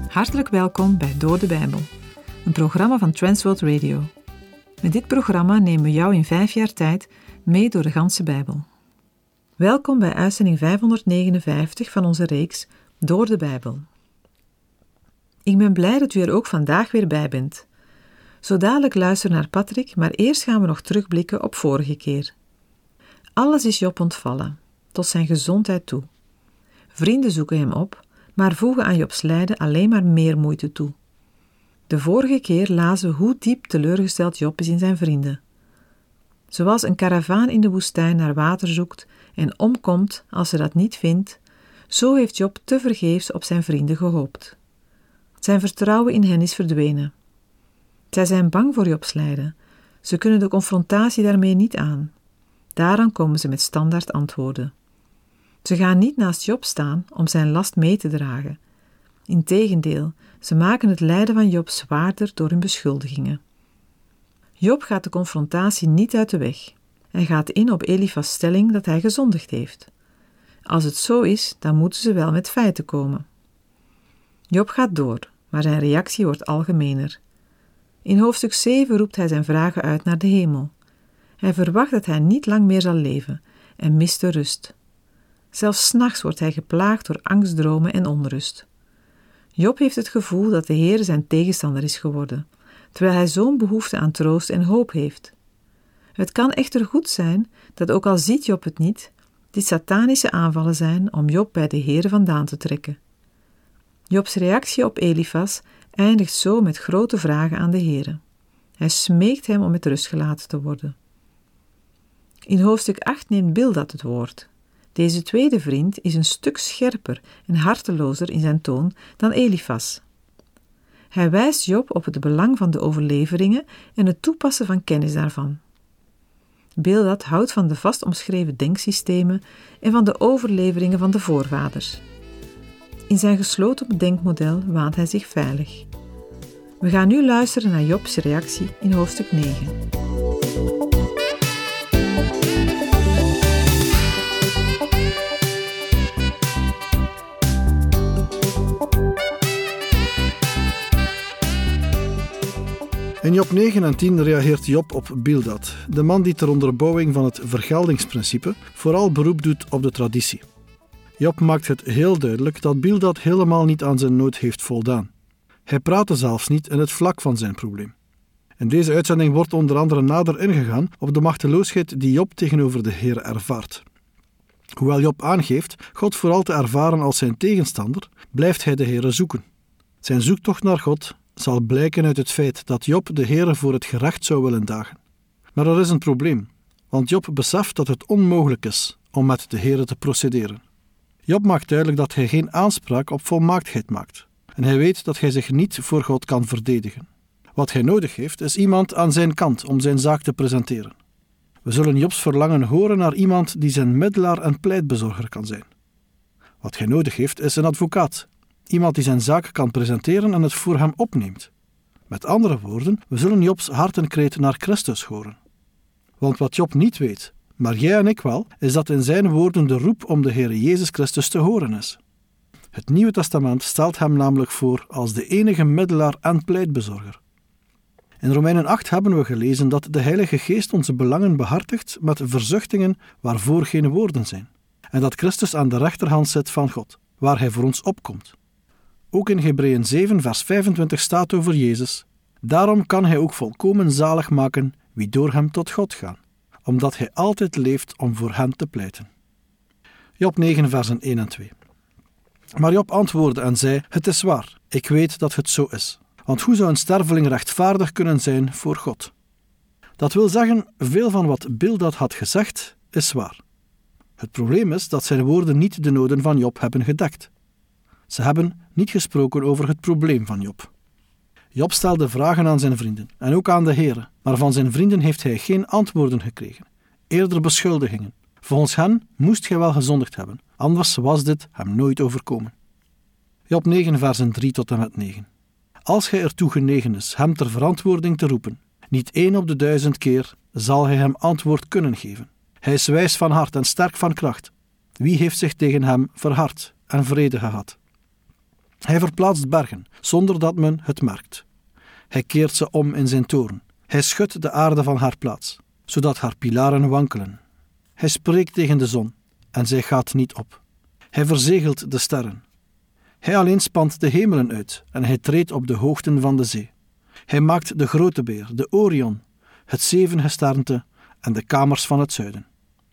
Hartelijk welkom bij Door de Bijbel, een programma van Transworld Radio. Met dit programma nemen we jou in 5 jaar tijd mee door de ganse Bijbel. Welkom bij uitzending 559 van onze reeks Door de Bijbel. Ik ben blij dat u er ook vandaag weer bij bent. Zo dadelijk luisteren naar Patrick, maar eerst gaan we nog terugblikken op vorige keer. Alles is Job ontvallen, tot zijn gezondheid toe. Vrienden zoeken hem op, maar voegen aan Jobs lijden alleen maar meer moeite toe. De vorige keer lazen we hoe diep teleurgesteld Job is in zijn vrienden. Zoals een karavaan in de woestijn naar water zoekt en omkomt als ze dat niet vindt, zo heeft Job tevergeefs op zijn vrienden gehoopt. Zijn vertrouwen in hen is verdwenen. Zij zijn bang voor Jobs lijden. Ze kunnen de confrontatie daarmee niet aan. Daaraan komen ze met standaard antwoorden. Ze gaan niet naast Job staan om zijn last mee te dragen. Integendeel, ze maken het lijden van Job zwaarder door hun beschuldigingen. Job gaat de confrontatie niet uit de weg. Hij gaat in op Elifas stelling dat hij gezondigd heeft. Als het zo is, dan moeten ze wel met feiten komen. Job gaat door, maar zijn reactie wordt algemener. In hoofdstuk 7 roept hij zijn vragen uit naar de hemel. Hij verwacht dat hij niet lang meer zal leven en mist de rust. Zelfs 's nachts wordt hij geplaagd door angstdromen en onrust. Job heeft het gevoel dat de Heer zijn tegenstander is geworden, terwijl hij zo'n behoefte aan troost en hoop heeft. Het kan echter goed zijn dat, ook al ziet Job het niet, dit satanische aanvallen zijn om Job bij de Heer vandaan te trekken. Jobs reactie op Elifas eindigt zo met grote vragen aan de Heer. Hij smeekt hem om met rust gelaten te worden. In hoofdstuk 8 neemt Bildad het woord. Deze tweede vriend is een stuk scherper en hartelozer in zijn toon dan Elifas. Hij wijst Job op het belang van de overleveringen en het toepassen van kennis daarvan. Bildad houdt van de vast omschreven denksystemen en van de overleveringen van de voorvaders. In zijn gesloten denkmodel waant hij zich veilig. We gaan nu luisteren naar Jobs reactie in hoofdstuk 9. In Job 9 en 10 reageert Job op Bildad, de man die ter onderbouwing van het vergeldingsprincipe vooral beroep doet op de traditie. Job maakt het heel duidelijk dat Bildad helemaal niet aan zijn nood heeft voldaan. Hij praatte zelfs niet in het vlak van zijn probleem. In deze uitzending wordt onder andere nader ingegaan op de machteloosheid die Job tegenover de Heer ervaart. Hoewel Job aangeeft God vooral te ervaren als zijn tegenstander, blijft hij de Heer zoeken. Zijn zoektocht naar God zal blijken uit het feit dat Job de Heere voor het gerecht zou willen dagen. Maar er is een probleem, want Job beseft dat het onmogelijk is om met de Heere te procederen. Job maakt duidelijk dat hij geen aanspraak op volmaaktheid maakt. En hij weet dat hij zich niet voor God kan verdedigen. Wat hij nodig heeft, is iemand aan zijn kant om zijn zaak te presenteren. We zullen Jobs verlangen horen naar iemand die zijn middelaar en pleitbezorger kan zijn. Wat hij nodig heeft, is een advocaat. Iemand die zijn zaak kan presenteren en het voor hem opneemt. Met andere woorden, we zullen Jobs hartenkreet naar Christus horen. Want wat Job niet weet, maar jij en ik wel, is dat in zijn woorden de roep om de Heer Jezus Christus te horen is. Het Nieuwe Testament stelt hem namelijk voor als de enige middelaar en pleitbezorger. In Romeinen 8 hebben we gelezen dat de Heilige Geest onze belangen behartigt met verzuchtingen waarvoor geen woorden zijn. En dat Christus aan de rechterhand zit van God, waar hij voor ons opkomt. Ook in Hebreeën 7 vers 25 staat over Jezus: daarom kan hij ook volkomen zalig maken wie door hem tot God gaan, omdat hij altijd leeft om voor hen te pleiten. Job 9 versen 1 en 2. Maar Job antwoordde en zei: het is waar, ik weet dat het zo is. Want hoe zou een sterveling rechtvaardig kunnen zijn voor God? Dat wil zeggen, veel van wat Bildad had gezegd, is waar. Het probleem is dat zijn woorden niet de noden van Job hebben gedekt. Ze hebben niet gesproken over het probleem van Job. Job stelde vragen aan zijn vrienden en ook aan de Heere, maar van zijn vrienden heeft hij geen antwoorden gekregen, eerder beschuldigingen. Volgens hen moest hij wel gezondigd hebben, anders was dit hem nooit overkomen. Job 9 versen 3 tot en met 9. Als hij ertoe genegen is hem ter verantwoording te roepen, niet 1 op de 1000 keer zal hij hem antwoord kunnen geven. Hij is wijs van hart en sterk van kracht. Wie heeft zich tegen hem verhard en vrede gehad? Hij verplaatst bergen, zonder dat men het merkt. Hij keert ze om in zijn toorn. Hij schudt de aarde van haar plaats, zodat haar pilaren wankelen. Hij spreekt tegen de zon, en zij gaat niet op. Hij verzegelt de sterren. Hij alleen spant de hemelen uit, en hij treedt op de hoogten van de zee. Hij maakt de grote beer, de Orion, het zevengesternte en de kamers van het zuiden.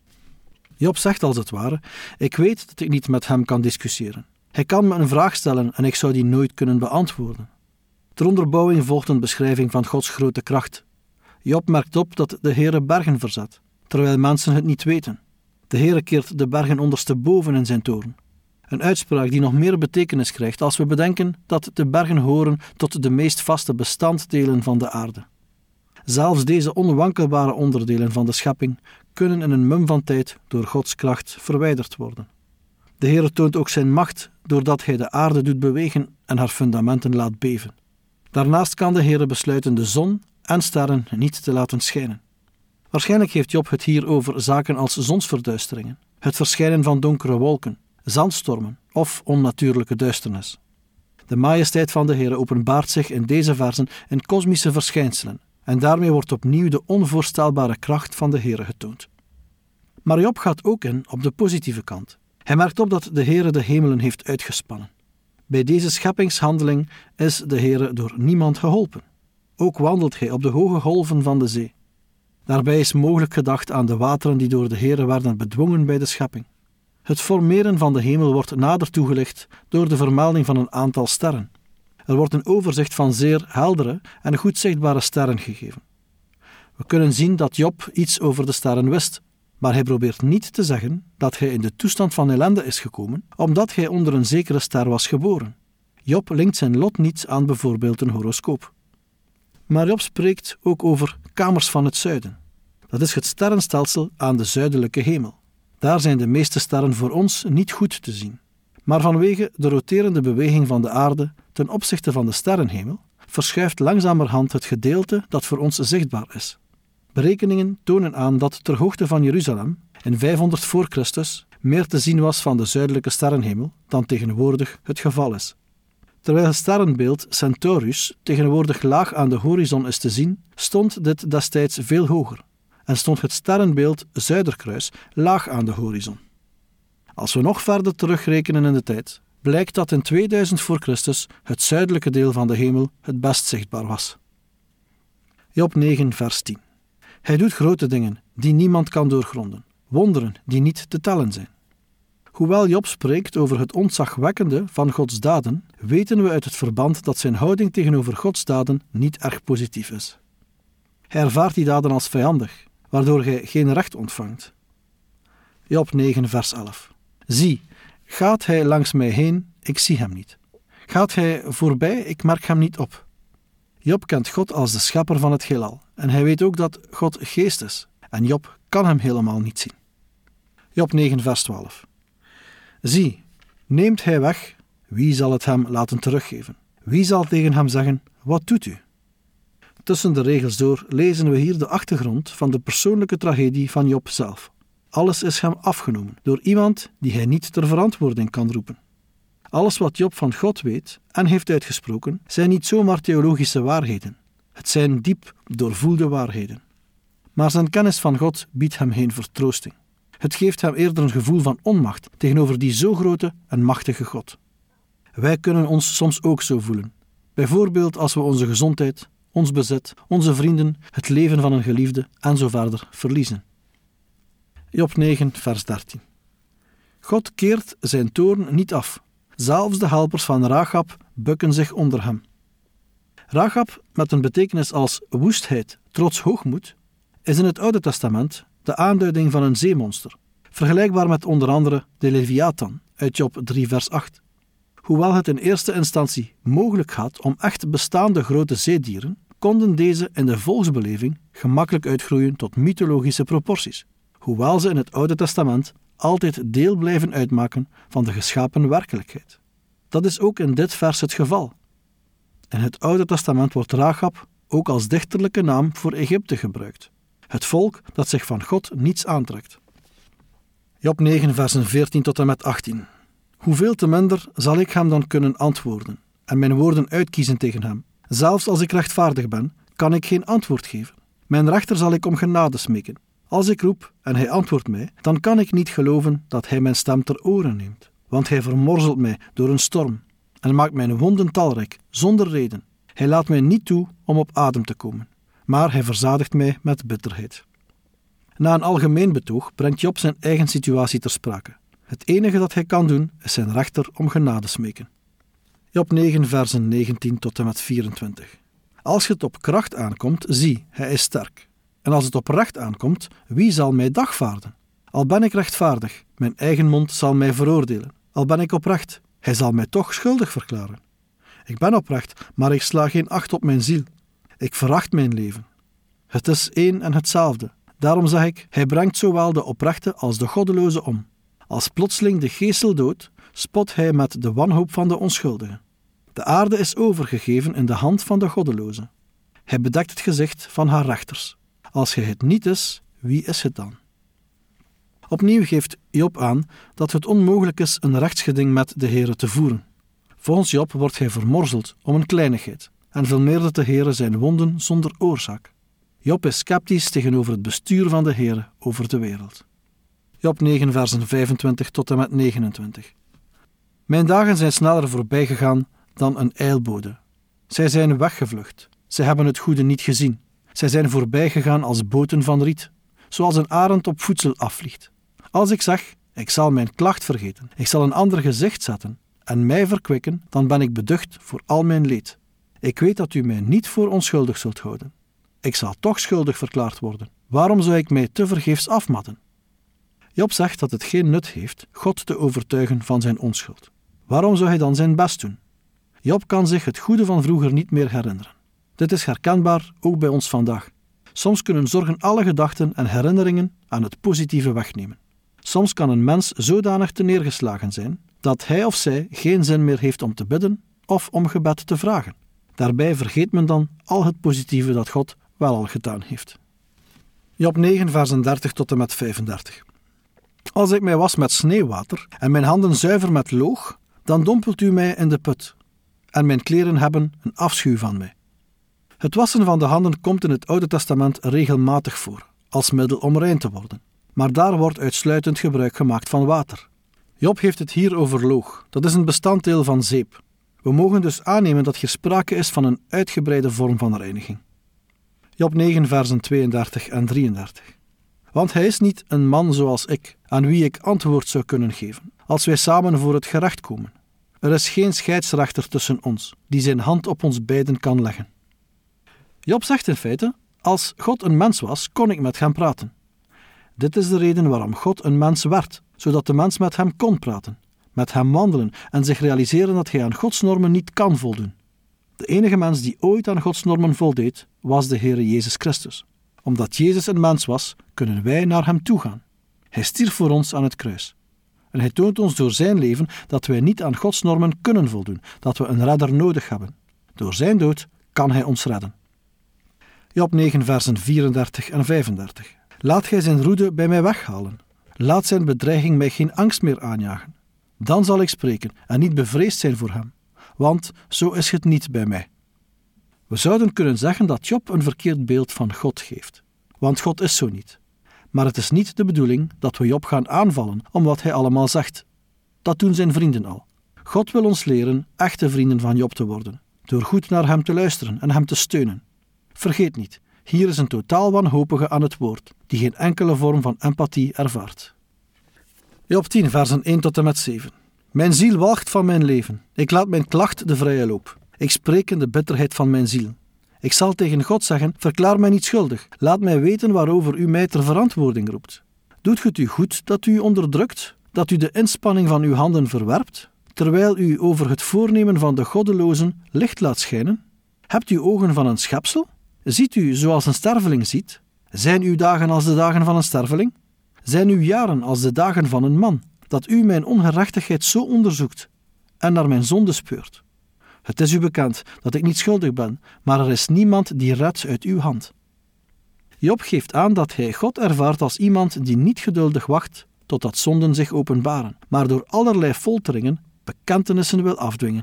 Job zegt als het ware: ik weet dat ik niet met hem kan discussiëren. Hij kan me een vraag stellen en ik zou die nooit kunnen beantwoorden. Ter onderbouwing volgt een beschrijving van Gods grote kracht. Job merkt op dat de Heere bergen verzet, terwijl mensen het niet weten. De Heere keert de bergen ondersteboven in zijn toorn. Een uitspraak die nog meer betekenis krijgt als we bedenken dat de bergen horen tot de meest vaste bestanddelen van de aarde. Zelfs deze onwankelbare onderdelen van de schepping kunnen in een mum van tijd door Gods kracht verwijderd worden. De Heere toont ook zijn macht doordat hij de aarde doet bewegen en haar fundamenten laat beven. Daarnaast kan de Heere besluiten de zon en sterren niet te laten schijnen. Waarschijnlijk heeft Job het hier over zaken als zonsverduisteringen, het verschijnen van donkere wolken, zandstormen of onnatuurlijke duisternis. De majesteit van de Heere openbaart zich in deze versen in kosmische verschijnselen en daarmee wordt opnieuw de onvoorstelbare kracht van de Heere getoond. Maar Job gaat ook in op de positieve kant. Hij merkt op dat de Heere de hemelen heeft uitgespannen. Bij deze scheppingshandeling is de Heere door niemand geholpen. Ook wandelt hij op de hoge golven van de zee. Daarbij is mogelijk gedacht aan de wateren die door de Heere werden bedwongen bij de schepping. Het formeren van de hemel wordt nader toegelicht door de vermelding van een aantal sterren. Er wordt een overzicht van zeer heldere en goed zichtbare sterren gegeven. We kunnen zien dat Job iets over de sterren wist, maar hij probeert niet te zeggen dat hij in de toestand van ellende is gekomen, omdat hij onder een zekere ster was geboren. Job linkt zijn lot niet aan bijvoorbeeld een horoscoop. Maar Job spreekt ook over kamers van het zuiden. Dat is het sterrenstelsel aan de zuidelijke hemel. Daar zijn de meeste sterren voor ons niet goed te zien. Maar vanwege de roterende beweging van de aarde ten opzichte van de sterrenhemel, verschuift langzamerhand het gedeelte dat voor ons zichtbaar is. Berekeningen tonen aan dat ter hoogte van Jeruzalem in 500 voor Christus meer te zien was van de zuidelijke sterrenhemel dan tegenwoordig het geval is. Terwijl het sterrenbeeld Centaurus tegenwoordig laag aan de horizon is te zien, stond dit destijds veel hoger en stond het sterrenbeeld Zuiderkruis laag aan de horizon. Als we nog verder terugrekenen in de tijd, blijkt dat in 2000 voor Christus het zuidelijke deel van de hemel het best zichtbaar was. Job 9 vers 10. Hij doet grote dingen die niemand kan doorgronden, wonderen die niet te tellen zijn. Hoewel Job spreekt over het ontzagwekkende van Gods daden, weten we uit het verband dat zijn houding tegenover Gods daden niet erg positief is. Hij ervaart die daden als vijandig, waardoor hij geen recht ontvangt. Job 9 vers 11. Zie, gaat hij langs mij heen, ik zie hem niet. Gaat hij voorbij, ik merk hem niet op. Job kent God als de schepper van het heelal en hij weet ook dat God geest is en Job kan hem helemaal niet zien. Job 9 vers 12. Zie, neemt hij weg, wie zal het hem laten teruggeven? Wie zal tegen hem zeggen, wat doet u? Tussen de regels door lezen we hier de achtergrond van de persoonlijke tragedie van Job zelf. Alles is hem afgenomen door iemand die hij niet ter verantwoording kan roepen. Alles wat Job van God weet en heeft uitgesproken, zijn niet zomaar theologische waarheden. Het zijn diep doorvoelde waarheden. Maar zijn kennis van God biedt hem geen vertroosting. Het geeft hem eerder een gevoel van onmacht tegenover die zo grote en machtige God. Wij kunnen ons soms ook zo voelen. Bijvoorbeeld als we onze gezondheid, ons bezit, onze vrienden, het leven van een geliefde en zo verder verliezen. Job 9, vers 13. God keert zijn toorn niet af. Zelfs de helpers van Rachab bukken zich onder hem. Rachab, met een betekenis als woestheid, trots hoogmoed, is in het Oude Testament de aanduiding van een zeemonster, vergelijkbaar met onder andere de Leviathan uit Job 3 vers 8. Hoewel het in eerste instantie mogelijk had om echt bestaande grote zeedieren, konden deze in de volksbeleving gemakkelijk uitgroeien tot mythologische proporties, hoewel ze in het Oude Testament altijd deel blijven uitmaken van de geschapen werkelijkheid. Dat is ook in dit vers het geval. In het Oude Testament wordt Rachab ook als dichterlijke naam voor Egypte gebruikt. Het volk dat zich van God niets aantrekt. Job 9 versen 14 tot en met 18. hoeveel te minder zal ik hem dan kunnen antwoorden en mijn woorden uitkiezen tegen hem. Zelfs als ik rechtvaardig ben, kan ik geen antwoord geven. Mijn rechter zal ik om genade smeken. Als ik roep en hij antwoordt mij, dan kan ik niet geloven dat hij mijn stem ter oren neemt. Want hij vermorzelt mij door een storm en maakt mijn wonden talrijk, zonder reden. Hij laat mij niet toe om op adem te komen, maar hij verzadigt mij met bitterheid. Na een algemeen betoog brengt Job zijn eigen situatie ter sprake. Het enige dat hij kan doen, is zijn rechter om genade smeken. Job 9, versen 19 tot en met 24. Als het op kracht aankomt, zie, hij is sterk. En als het op recht aankomt, wie zal mij dagvaarden? Al ben ik rechtvaardig, mijn eigen mond zal mij veroordelen. Al ben ik oprecht, hij zal mij toch schuldig verklaren. Ik ben oprecht, maar ik sla geen acht op mijn ziel. Ik veracht mijn leven. Het is één en hetzelfde. Daarom zeg ik, hij brengt zowel de oprechte als de goddeloze om. Als plotseling de geestel doodt, spot hij met de wanhoop van de onschuldige. De aarde is overgegeven in de hand van de goddeloze. Hij bedekt het gezicht van haar rechters. Als hij het niet is, wie is het dan? Opnieuw geeft Job aan dat het onmogelijk is een rechtsgeding met de Heere te voeren. Volgens Job wordt hij vermorzeld om een kleinigheid en vermeerdert de Heere zijn wonden zonder oorzaak. Job is sceptisch tegenover het bestuur van de Heere over de wereld. Job 9, versen 25 tot en met 29. Mijn dagen zijn sneller voorbij gegaan dan een ijlbode. Zij zijn weggevlucht. Zij hebben het goede niet gezien. Zij zijn voorbij gegaan als boten van riet, zoals een arend op voedsel afvliegt. Als ik zeg, ik zal mijn klacht vergeten, ik zal een ander gezicht zetten en mij verkwikken, dan ben ik beducht voor al mijn leed. Ik weet dat u mij niet voor onschuldig zult houden. Ik zal toch schuldig verklaard worden. Waarom zou ik mij tevergeefs afmatten? Job zegt dat het geen nut heeft God te overtuigen van zijn onschuld. Waarom zou hij dan zijn best doen? Job kan zich het goede van vroeger niet meer herinneren. Dit is herkenbaar ook bij ons vandaag. Soms kunnen zorgen alle gedachten en herinneringen aan het positieve wegnemen. Soms kan een mens zodanig teneergeslagen zijn dat hij of zij geen zin meer heeft om te bidden of om gebed te vragen. Daarbij vergeet men dan al het positieve dat God wel al gedaan heeft. Job 9, versen 30 tot en met 35. Als ik mij was met sneeuwwater en mijn handen zuiver met loog, dan dompelt u mij in de put. En mijn kleren hebben een afschuw van mij. Het wassen van de handen komt in het Oude Testament regelmatig voor, als middel om rein te worden. Maar daar wordt uitsluitend gebruik gemaakt van water. Job heeft het hier over loog. Dat is een bestanddeel van zeep. We mogen dus aannemen dat hier sprake is van een uitgebreide vorm van reiniging. Job 9, versen 32 en 33. Want hij is niet een man zoals ik, aan wie ik antwoord zou kunnen geven, als wij samen voor het gerecht komen. Er is geen scheidsrechter tussen ons, die zijn hand op ons beiden kan leggen. Job zegt in feite, als God een mens was, kon ik met hem praten. Dit is de reden waarom God een mens werd, zodat de mens met hem kon praten, met hem wandelen en zich realiseren dat hij aan Gods normen niet kan voldoen. De enige mens die ooit aan Gods normen voldeed, was de Heere Jezus Christus. Omdat Jezus een mens was, kunnen wij naar hem toe gaan. Hij stierf voor ons aan het kruis. En hij toont ons door zijn leven dat wij niet aan Gods normen kunnen voldoen, dat we een redder nodig hebben. Door zijn dood kan hij ons redden. Job 9, versen 34 en 35. Laat gij zijn roede bij mij weghalen. Laat zijn bedreiging mij geen angst meer aanjagen. Dan zal ik spreken en niet bevreesd zijn voor hem. Want zo is het niet bij mij. We zouden kunnen zeggen dat Job een verkeerd beeld van God geeft. Want God is zo niet. Maar het is niet de bedoeling dat we Job gaan aanvallen om wat hij allemaal zegt. Dat doen zijn vrienden al. God wil ons leren echte vrienden van Job te worden, door goed naar hem te luisteren en hem te steunen. Vergeet niet, hier is een totaal wanhopige aan het woord, die geen enkele vorm van empathie ervaart. Job 10, versen 1 tot en met 7. Mijn ziel walgt van mijn leven. Ik laat mijn klacht de vrije loop. Ik spreek in de bitterheid van mijn ziel. Ik zal tegen God zeggen, verklaar mij niet schuldig. Laat mij weten waarover u mij ter verantwoording roept. Doet het u goed dat u onderdrukt, dat u de inspanning van uw handen verwerpt, terwijl u over het voornemen van de goddelozen licht laat schijnen? Hebt u ogen van een schepsel? Ziet u zoals een sterveling ziet? Zijn uw dagen als de dagen van een sterveling? Zijn uw jaren als de dagen van een man, dat u mijn ongerechtigheid zo onderzoekt en naar mijn zonde speurt? Het is u bekend dat ik niet schuldig ben, maar er is niemand die redt uit uw hand. Job geeft aan dat hij God ervaart als iemand die niet geduldig wacht totdat zonden zich openbaren, maar door allerlei folteringen bekentenissen wil afdwingen.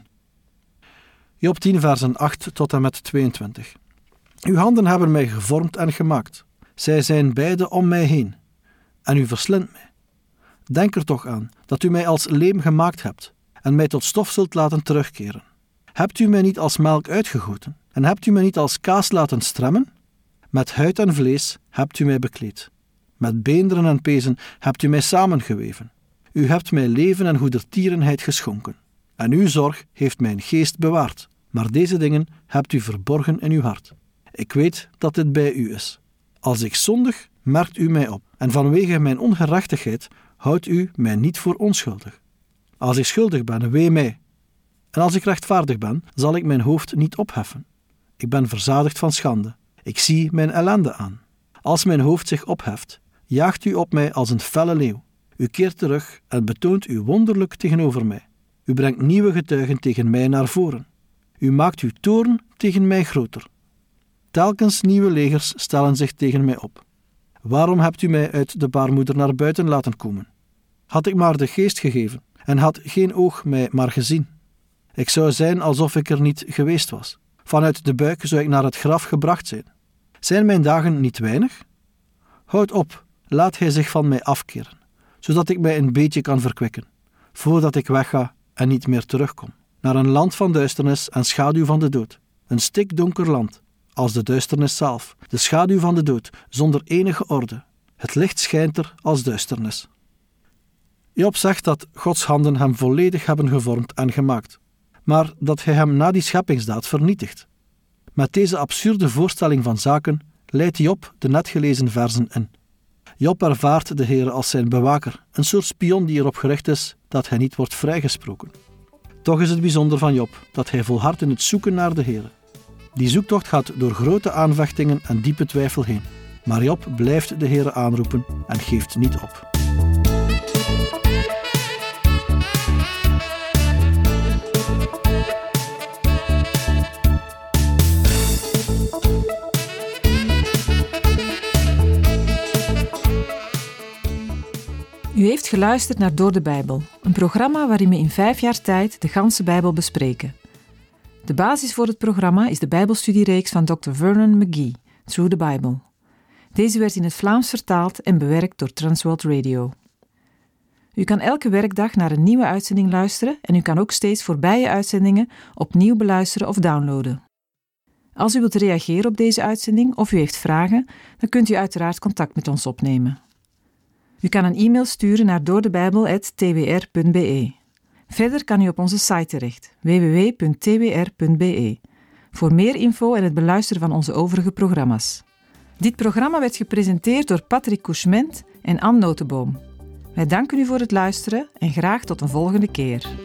Job 10 versen 8 tot en met 22. Uw handen hebben mij gevormd en gemaakt. Zij zijn beide om mij heen. En u verslindt mij. Denk er toch aan dat u mij als leem gemaakt hebt en mij tot stof zult laten terugkeren. Hebt u mij niet als melk uitgegoten en hebt u mij niet als kaas laten stremmen? Met huid en vlees hebt u mij bekleed. Met beenderen en pezen hebt u mij samengeweven. U hebt mij leven en goedertierenheid geschonken. En uw zorg heeft mijn geest bewaard. Maar deze dingen hebt u verborgen in uw hart. Ik weet dat dit bij u is. Als ik zondig, merkt u mij op. En vanwege mijn ongerechtigheid houdt u mij niet voor onschuldig. Als ik schuldig ben, wee mij. En als ik rechtvaardig ben, zal ik mijn hoofd niet opheffen. Ik ben verzadigd van schande. Ik zie mijn ellende aan. Als mijn hoofd zich opheft, jaagt u op mij als een felle leeuw. U keert terug en betoont u wonderlijk tegenover mij. U brengt nieuwe getuigen tegen mij naar voren. U maakt uw toorn tegen mij groter. Telkens nieuwe legers stellen zich tegen mij op. Waarom hebt u mij uit de baarmoeder naar buiten laten komen? Had ik maar de geest gegeven en had geen oog mij maar gezien. Ik zou zijn alsof ik er niet geweest was. Vanuit de buik zou ik naar het graf gebracht zijn. Zijn mijn dagen niet weinig? Houd op, laat hij zich van mij afkeren, zodat ik mij een beetje kan verkwikken, voordat ik wegga en niet meer terugkom, naar een land van duisternis en schaduw van de dood, een stikdonker land, als de duisternis zelf, de schaduw van de dood, zonder enige orde. Het licht schijnt er als duisternis. Job zegt dat Gods handen hem volledig hebben gevormd en gemaakt, maar dat hij hem na die scheppingsdaad vernietigt. Met deze absurde voorstelling van zaken leidt Job de net gelezen versen in. Job ervaart de Heere als zijn bewaker, een soort spion die erop gericht is dat hij niet wordt vrijgesproken. Toch is het bijzonder van Job dat hij volhardt in het zoeken naar de Heere. Die zoektocht gaat door grote aanvechtingen en diepe twijfel heen. Maar Job blijft de Heere aanroepen en geeft niet op. U heeft geluisterd naar Door de Bijbel, een programma waarin we in 5 jaar tijd de ganse Bijbel bespreken. De basis voor het programma is de Bijbelstudiereeks van Dr. Vernon McGee, Through the Bible. Deze werd in het Vlaams vertaald en bewerkt door Transworld Radio. U kan elke werkdag naar een nieuwe uitzending luisteren en u kan ook steeds voorbije uitzendingen opnieuw beluisteren of downloaden. Als u wilt reageren op deze uitzending of u heeft vragen, dan kunt u uiteraard contact met ons opnemen. U kan een e-mail sturen naar doordebijbel@twr.be. Verder kan u op onze site terecht, www.twr.be, voor meer info en het beluisteren van onze overige programma's. Dit programma werd gepresenteerd door Patrick Couchement en Anne Notenboom. Wij danken u voor het luisteren en graag tot een volgende keer.